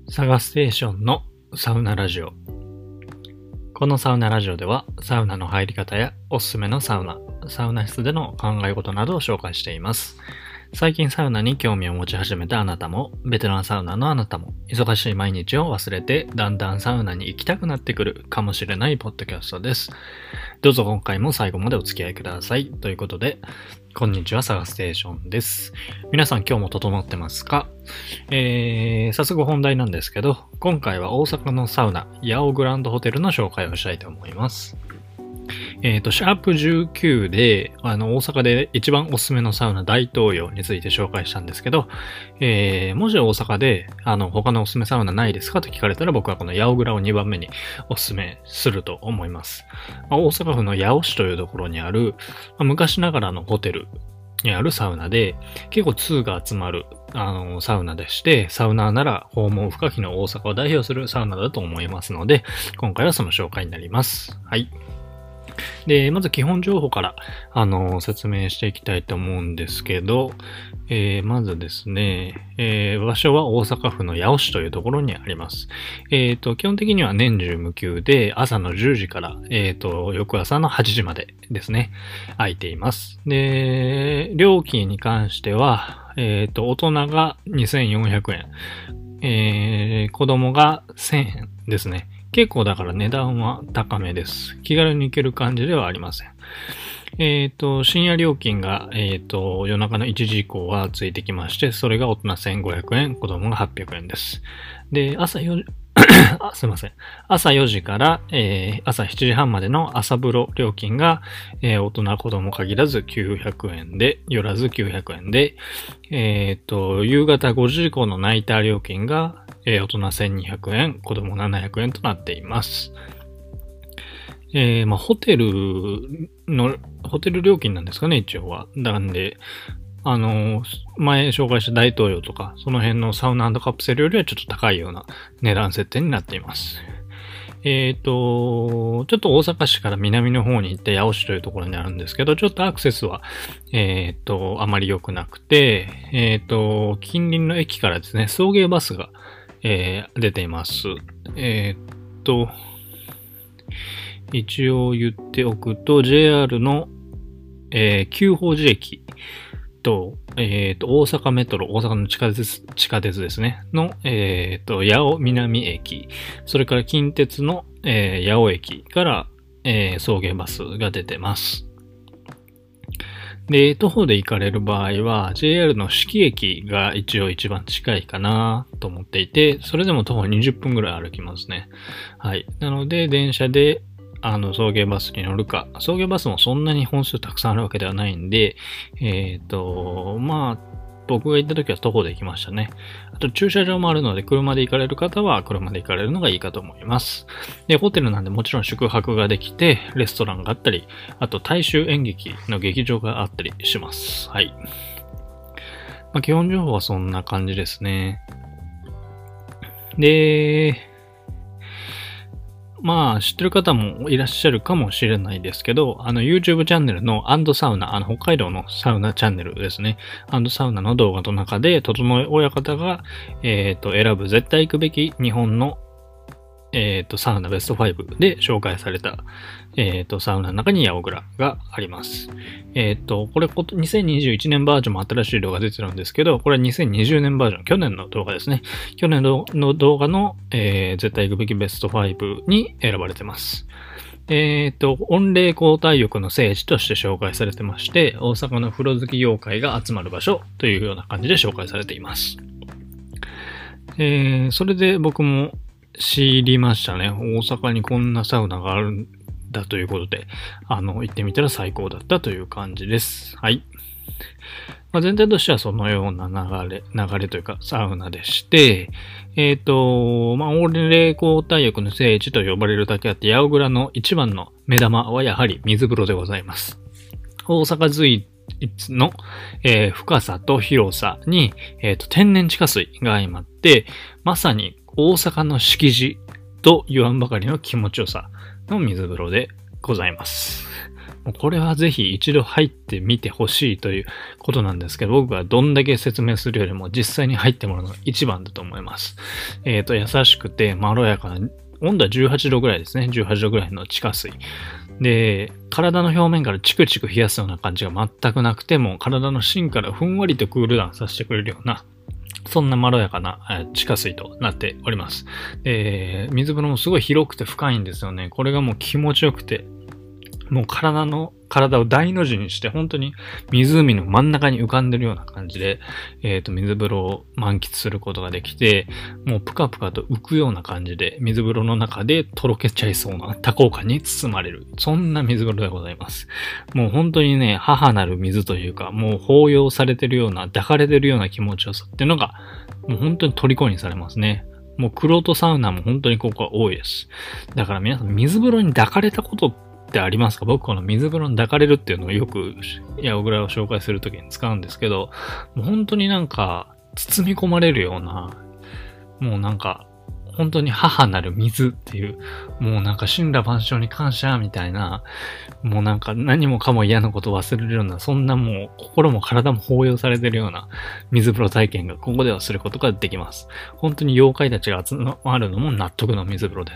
サガステーションのサウナラジオ。このサウナラジオではサウナの入り方やおすすめのサウナ室での考え事などを紹介しています。最近サウナに興味を持ち始めたあなたも、ベテランサウナのあなたも、忙しい毎日を忘れてだんだんサウナに行きたくなってくるかもしれないポッドキャストです。どうぞ今回も最後までお付き合いください。ということで、こんにちは、サガステーションです。皆さん今日も整ってますか？早速本題なんですけど、今回は大阪のサウナ、ヤオグランドホテルの紹介をしたいと思います。シャープ19で、大阪で一番おすすめのサウナ大東洋について紹介したんですけど、もし大阪で、他のおすすめサウナないですかと聞かれたら僕はこのヤオグラを2番目におすすめすると思います。大阪府の八尾市というところにある、昔ながらのホテルにあるサウナで、結構通が集まる、サウナでして、サウナーなら訪問不可避の大阪を代表するサウナだと思いますので、今回はその紹介になります。はい。で、まず基本情報から、説明していきたいと思うんですけど、まずですね、場所は大阪府の八尾市というところにあります。基本的には年中無休で、朝の10時から、翌朝の8時までですね、空いています。で、料金に関しては、大人が2400円、子供が1000円ですね。結構だから値段は高めです。気軽に行ける感じではありません。深夜料金が、夜中の1時以降はついてきまして、それが大人1500円、子供が800円です。で、朝4時、すいません。朝4時から、朝7時半までの朝風呂料金が、大人子供限らず900円で、寄らず900円で、夕方5時以降のナイター料金が、大人1200円、子供700円となっています。ホテル料金なんですかね、一応は。なんで、前紹介した大東洋とか、その辺のサウナ&カプセルよりはちょっと高いような値段設定になっています。ちょっと大阪市から南の方に行って八尾市というところにあるんですけど、ちょっとアクセスは、あまり良くなくて、近隣の駅からですね、送迎バスが、出ています。一応言っておくと、JR の、久宝寺駅と、大阪メトロ、大阪の地下鉄ですね、の、八尾南駅、それから近鉄の、八尾駅から、送迎バスが出てます。で、徒歩で行かれる場合は、JR の四季駅が一応一番近いかなと思っていて、それでも徒歩20分ぐらい歩きますね。はい。なので、電車で、送迎バスに乗るか、送迎バスもそんなに本数たくさんあるわけではないんで、僕が行った時は徒歩で行きましたね。あと駐車場もあるので、車で行かれる方は車で行かれるのがいいかと思います。で、ホテルなんでもちろん宿泊ができて、レストランがあったり、あと大衆演劇の劇場があったりします。はい。基本情報はそんな感じですね。で、知ってる方もいらっしゃるかもしれないですけど、YouTube チャンネルのサウナ、北海道のサウナチャンネルですね。サウナの動画の中で、整親方が、選ぶ絶対行くべき日本の、サウナベスト5で紹介された、サウナの中にヤオグラがあります。これ、2021年バージョンも新しい動画出てるんですけど、これは2020年バージョン、去年の動画ですね。去年の動画の、絶対行くべきベスト5に選ばれてます。温冷交代浴の聖地として紹介されてまして、大阪の風呂好き妖怪が集まる場所というような感じで紹介されています。それで僕も知りましたね。大阪にこんなサウナがあるんだということで、行ってみたら最高だったという感じです。はい。全体としてはそのような流れというかサウナでして、温冷交代浴の聖地と呼ばれるだけあって、八尾倉の一番の目玉はやはり水風呂でございます。大阪随一の、深さと広さに、天然地下水が相まって、まさに大阪の敷地と言わんばかりの気持ちよさの水風呂でございます。 もうこれはぜひ一度入ってみてほしいということなんですけど、僕はどんだけ説明するよりも実際に入ってもらうのが一番だと思います。優しくてまろやかな、温度は18度ぐらいですね。18度ぐらいの地下水。で、体の表面からチクチク冷やすような感じが全くなくても、体の芯からふんわりとクールダウンさせてくれるような、そんなまろやかな地下水となっております。水風呂もすごい広くて深いんですよね。これがもう気持ちよくて、もう体を大の字にして、本当に湖の真ん中に浮かんでるような感じで、水風呂を満喫することができて、もうぷかぷかと浮くような感じで、水風呂の中でとろけちゃいそうな多幸感に包まれる。そんな水風呂でございます。もう本当にね、母なる水というか、もう抱擁されてるような、抱かれてるような気持ちよさっていうのが、もう本当に虜にされますね。もう玄人サウナも本当にここは多いです。だから皆さん水風呂に抱かれたことってありますか？僕この水風呂に抱かれるっていうのをよくヤオグラを紹介するときに使うんですけど、もう本当になんか包み込まれるような、もうなんか本当に母なる水っていう、もうなんか神羅万象に感謝みたいな、もうなんか何もかも嫌なことを忘れるような、そんなもう心も体も抱擁されてるような水風呂体験がここではすることができます。本当に妖怪たちが集まるのも納得の水風呂です。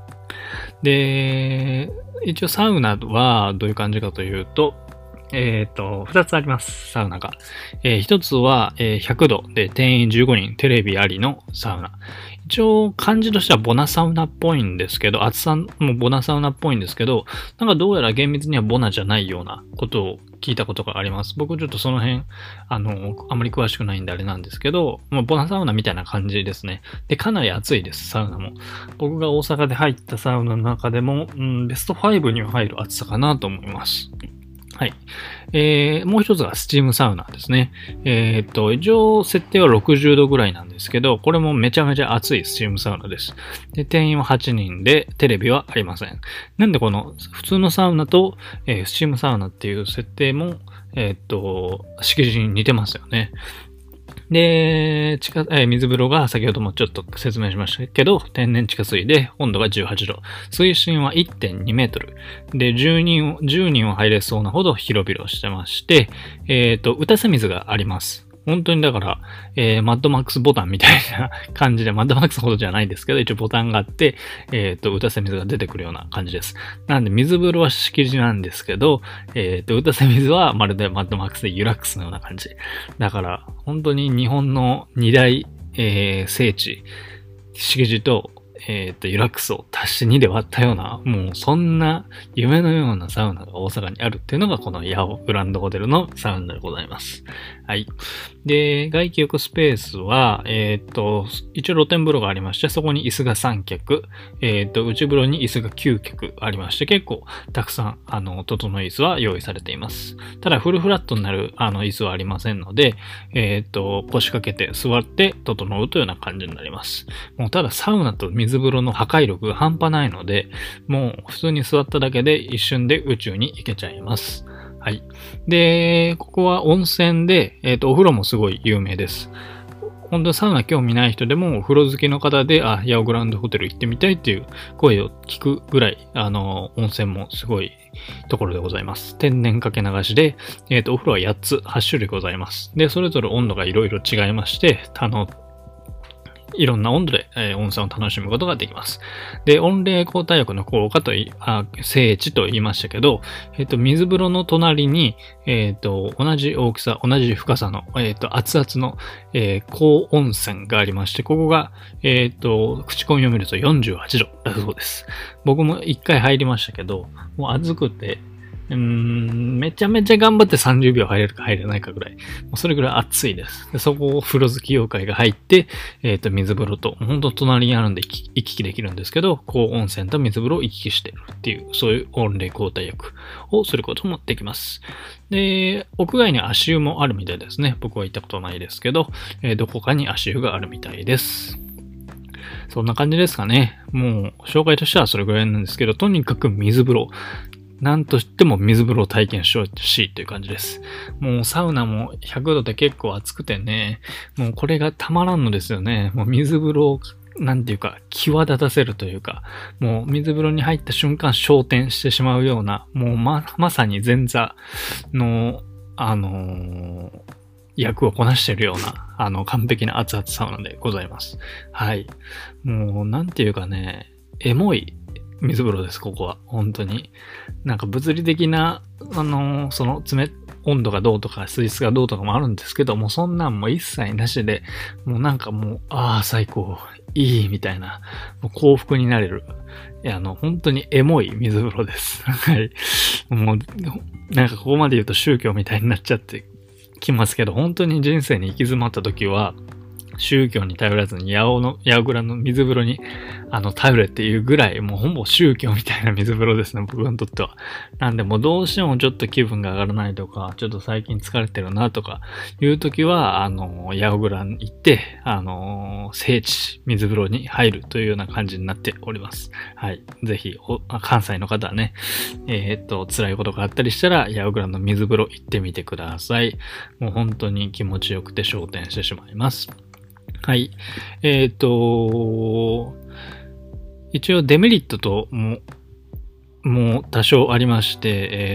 で、一応サウナはどういう感じかというと、二つあります、サウナが。一つは、100度で定員15人、テレビありのサウナ。一応、感じとしてはボナサウナっぽいんですけど、厚さもボナサウナっぽいんですけど、なんかどうやら厳密にはボナじゃないようなことを聞いたことがあります。僕ちょっとその辺、あまり詳しくないんであれなんですけど、ボナサウナみたいな感じですね。で、かなり暑いです、サウナも。僕が大阪で入ったサウナの中でも、ベスト5には入る暑さかなと思います。はい。もう一つがスチームサウナですね。一応設定は60度ぐらいなんですけど、これもめちゃめちゃ暑いスチームサウナです。で、定員は8人で、テレビはありません。なんでこの普通のサウナと、スチームサウナっていう設定も、敷地に似てますよね。で、水風呂が先ほどもちょっと説明しましたけど、天然地下水で温度が18度。水深は 1.2 メートル。で、10人を入れそうなほど広々してまして、打たせ水があります。本当にだから、マッドマックスボタンみたいな感じで、マッドマックスほどじゃないですけど、一応ボタンがあって、打たせ水が出てくるような感じです。なんで、水風呂は敷地なんですけど、打たせ水はまるでマッドマックスでユラックスのような感じ。だから、本当に日本の二大、聖地、敷地と、ユラックスを足して2で割ったような、もうそんな夢のようなサウナが大阪にあるっていうのがこのヤオグランドホテルのサウナでございます。はい。で、外気浴スペースは、一応露天風呂がありまして、そこに椅子が3脚、内風呂に椅子が9脚ありまして、結構たくさん、整い椅子は用意されています。ただ、フルフラットになる、椅子はありませんので、腰掛けて座って整うというような感じになります。もうただ、サウナと水風呂の破壊力が半端ないので、もう普通に座っただけで一瞬で宇宙に行けちゃいます。はい。で、ここは温泉で、お風呂もすごい有名です。本当にサウナ興味ない人でもお風呂好きの方で、ヤオグランドホテル行ってみたいっていう声を聞くぐらい、温泉もすごいところでございます。天然かけ流しで、お風呂は8つ、8種類ございます。で、それぞれ温度がいろいろ違いまして、いろんな温度で、温泉を楽しむことができます。で、温冷交代浴の効果と聖地と言いましたけど、水風呂の隣に、同じ大きさ、同じ深さの、熱々の、高温泉がありまして、ここが、口コミを見ると48度だそうです。僕も一回入りましたけど、もう暑くて、めちゃめちゃ頑張って30秒入れるか入れないかぐらい。もうそれぐらい暑いです。でそこを風呂好き妖怪が入って、水風呂と、本当隣にあるんで行き来できるんですけど、高温泉と水風呂を行き来しているっていう、そういう温冷交代浴をすることもできます。で、屋外に足湯もあるみたいですね。僕は行ったことないですけど、どこかに足湯があるみたいです。そんな感じですかね。もう、紹介としてはそれぐらいなんですけど、とにかく水風呂。なんとしても水風呂を体験してほしいという感じです。もうサウナも100度で結構暑くてね、もうこれがたまらんのですよね。もう水風呂なんていうか、際立たせるというか、もう水風呂に入った瞬間昇天してしまうような、もうまさに前座の、役をこなしているような、完璧な熱々サウナでございます。はい。もう、なんていうかね、エモい水風呂です、ここは。本当に。なんか物理的な、その温度がどうとか水質がどうとかもあるんですけど、もうそんなんも一切なしで、もうなんかもう、最高、いい、みたいな、もう幸福になれる。本当にエモい水風呂です。はい。もう、なんかここまで言うと宗教みたいになっちゃってきますけど、本当に人生に行き詰まった時は、宗教に頼らずに八百蔵の水風呂に頼れっていうぐらいもうほぼ宗教みたいな水風呂ですね、僕にとっては。なんでもうどうしてもちょっと気分が上がらないとか、ちょっと最近疲れてるなとかいう時は八百蔵に行って聖地水風呂に入るというような感じになっております。はい。ぜひ関西の方はね、辛いことがあったりしたら八百蔵の水風呂行ってみてください。もう本当に気持ちよくて昇天してしまいます。はい。一応デメリットともう多少ありまして、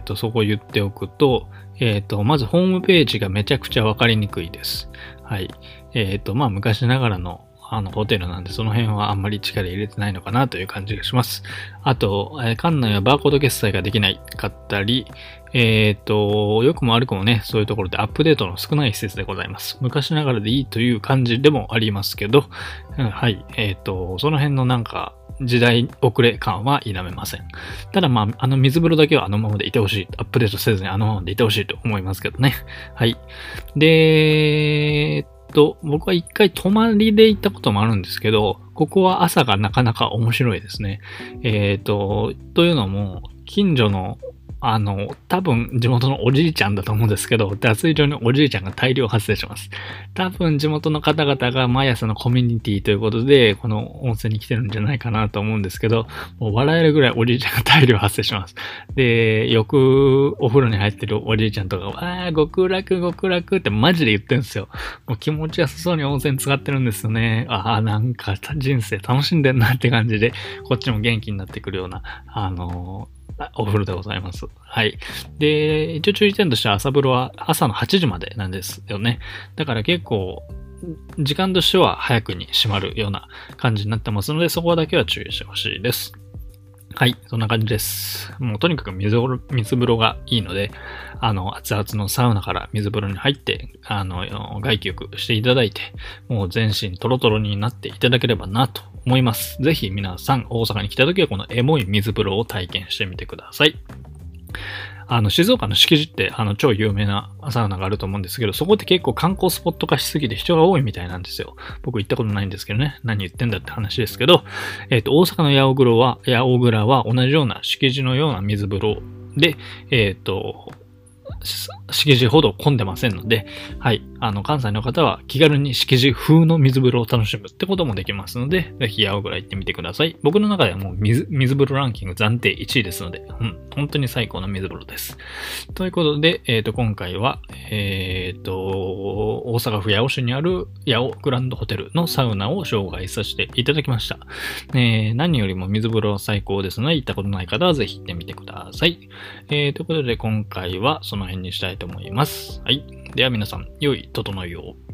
そこを言っておくと、まずホームページがめちゃくちゃわかりにくいです。はい。昔ながらのホテルなんで、その辺はあんまり力入れてないのかなという感じがします。あと、館内はバーコード決済ができないかったり、良くも悪くもね、そういうところでアップデートの少ない施設でございます。昔ながらでいいという感じでもありますけど、はい。その辺のなんか、時代遅れ感は否めません。ただ水風呂だけはあのままでいてほしい。アップデートせずにあのままでいてほしいと思いますけどね。はい。で、僕は一回泊まりで行ったこともあるんですけど、ここは朝がなかなか面白いですね。というのも、近所の多分地元のおじいちゃんだと思うんですけど、脱衣所におじいちゃんが大量発生します。多分地元の方々が毎朝のコミュニティということで、この温泉に来てるんじゃないかなと思うんですけど、もう笑えるぐらいおじいちゃんが大量発生します。で、よくお風呂に入ってるおじいちゃんとかは、極楽極楽ってマジで言ってるんですよ。もう気持ちよさそうに温泉使ってるんですよね。なんか人生楽しんでんなって感じで、こっちも元気になってくるような、お風呂でございます。はい。で、一応注意点としては朝風呂は朝の8時までなんですよね。だから結構、時間としては早くに閉まるような感じになってますので、そこだけは注意してほしいです。はい、そんな感じです。もうとにかく水風呂がいいので、熱々のサウナから水風呂に入って、外気浴していただいて、もう全身トロトロになっていただければなと思います。ぜひ皆さん大阪に来た時はこのエモい水風呂を体験してみてください。静岡の敷地って、超有名なサウナがあると思うんですけど、そこって結構観光スポット化しすぎて人が多いみたいなんですよ。僕行ったことないんですけどね。何言ってんだって話ですけど、大阪の八百蔵は同じような敷地のような水風呂で、敷地ほど混んでませんので、はい。関西の方は気軽に敷地風の水風呂を楽しむってこともできますので、ぜひ八百蔵行ってみてください。僕の中ではもう水風呂ランキング暫定1位ですので、本当に最高の水風呂です。ということで、今回は、大阪府八尾市にある八尾グランドホテルのサウナを紹介させていただきました。何よりも水風呂最高ですので、行ったことない方はぜひ行ってみてください。ということで、今回はその辺にしたいと思います。はい。では皆さん、良い整いを。